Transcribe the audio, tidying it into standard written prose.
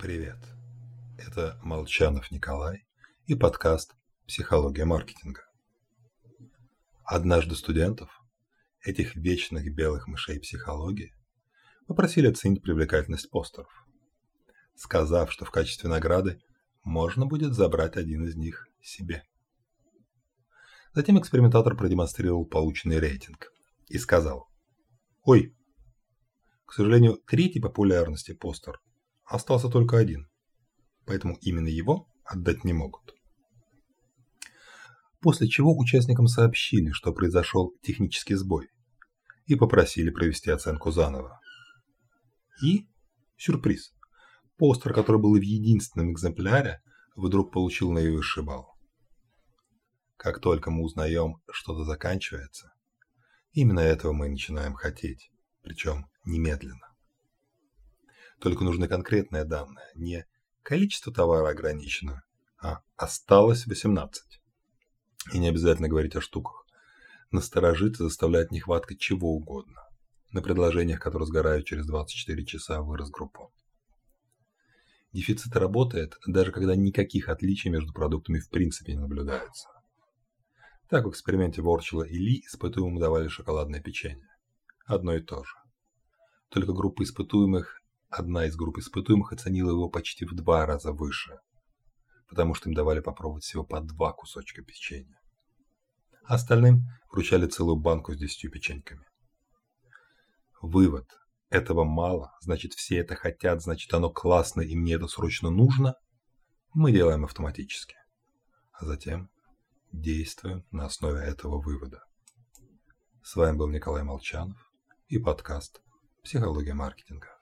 Привет, это Молчанов Николай и подкаст «Психология маркетинга». Однажды студентов, этих вечных белых мышей психологии, попросили оценить привлекательность постеров, сказав, что в качестве награды можно будет забрать один из них себе. Затем экспериментатор продемонстрировал полученный рейтинг и сказал: «Ой, к сожалению, третьей популярности постер остался только один, поэтому именно его отдать не могут». После чего участникам сообщили, что произошел технический сбой, и попросили провести оценку заново. И сюрприз: постер, который был в единственном экземпляре, вдруг получил наивысший балл. Как только мы узнаем, что-то заканчивается, именно этого мы и начинаем хотеть, причем немедленно. Только нужны конкретные данные, не количество товара ограничено, а осталось 18. И не обязательно говорить о штуках. Насторожить и заставлять нехватка чего угодно. На предложениях, которые сгорают через 24 часа, вырос группон. Дефицит работает, даже когда никаких отличий между продуктами в принципе не наблюдается. Так в эксперименте Ворчела и Ли испытуемым давали шоколадное печенье. Одно и то же. Только одна из групп испытуемых оценила его почти в 2 раза выше, потому что им давали попробовать всего по 2 кусочка печенья. Остальным вручали целую банку с 10 печеньками. Вывод: этого мало, значит все это хотят, значит оно классно и мне это срочно нужно, мы делаем автоматически. А затем действуем на основе этого вывода. С вами был Николай Молчанов и подкаст «Психология маркетинга».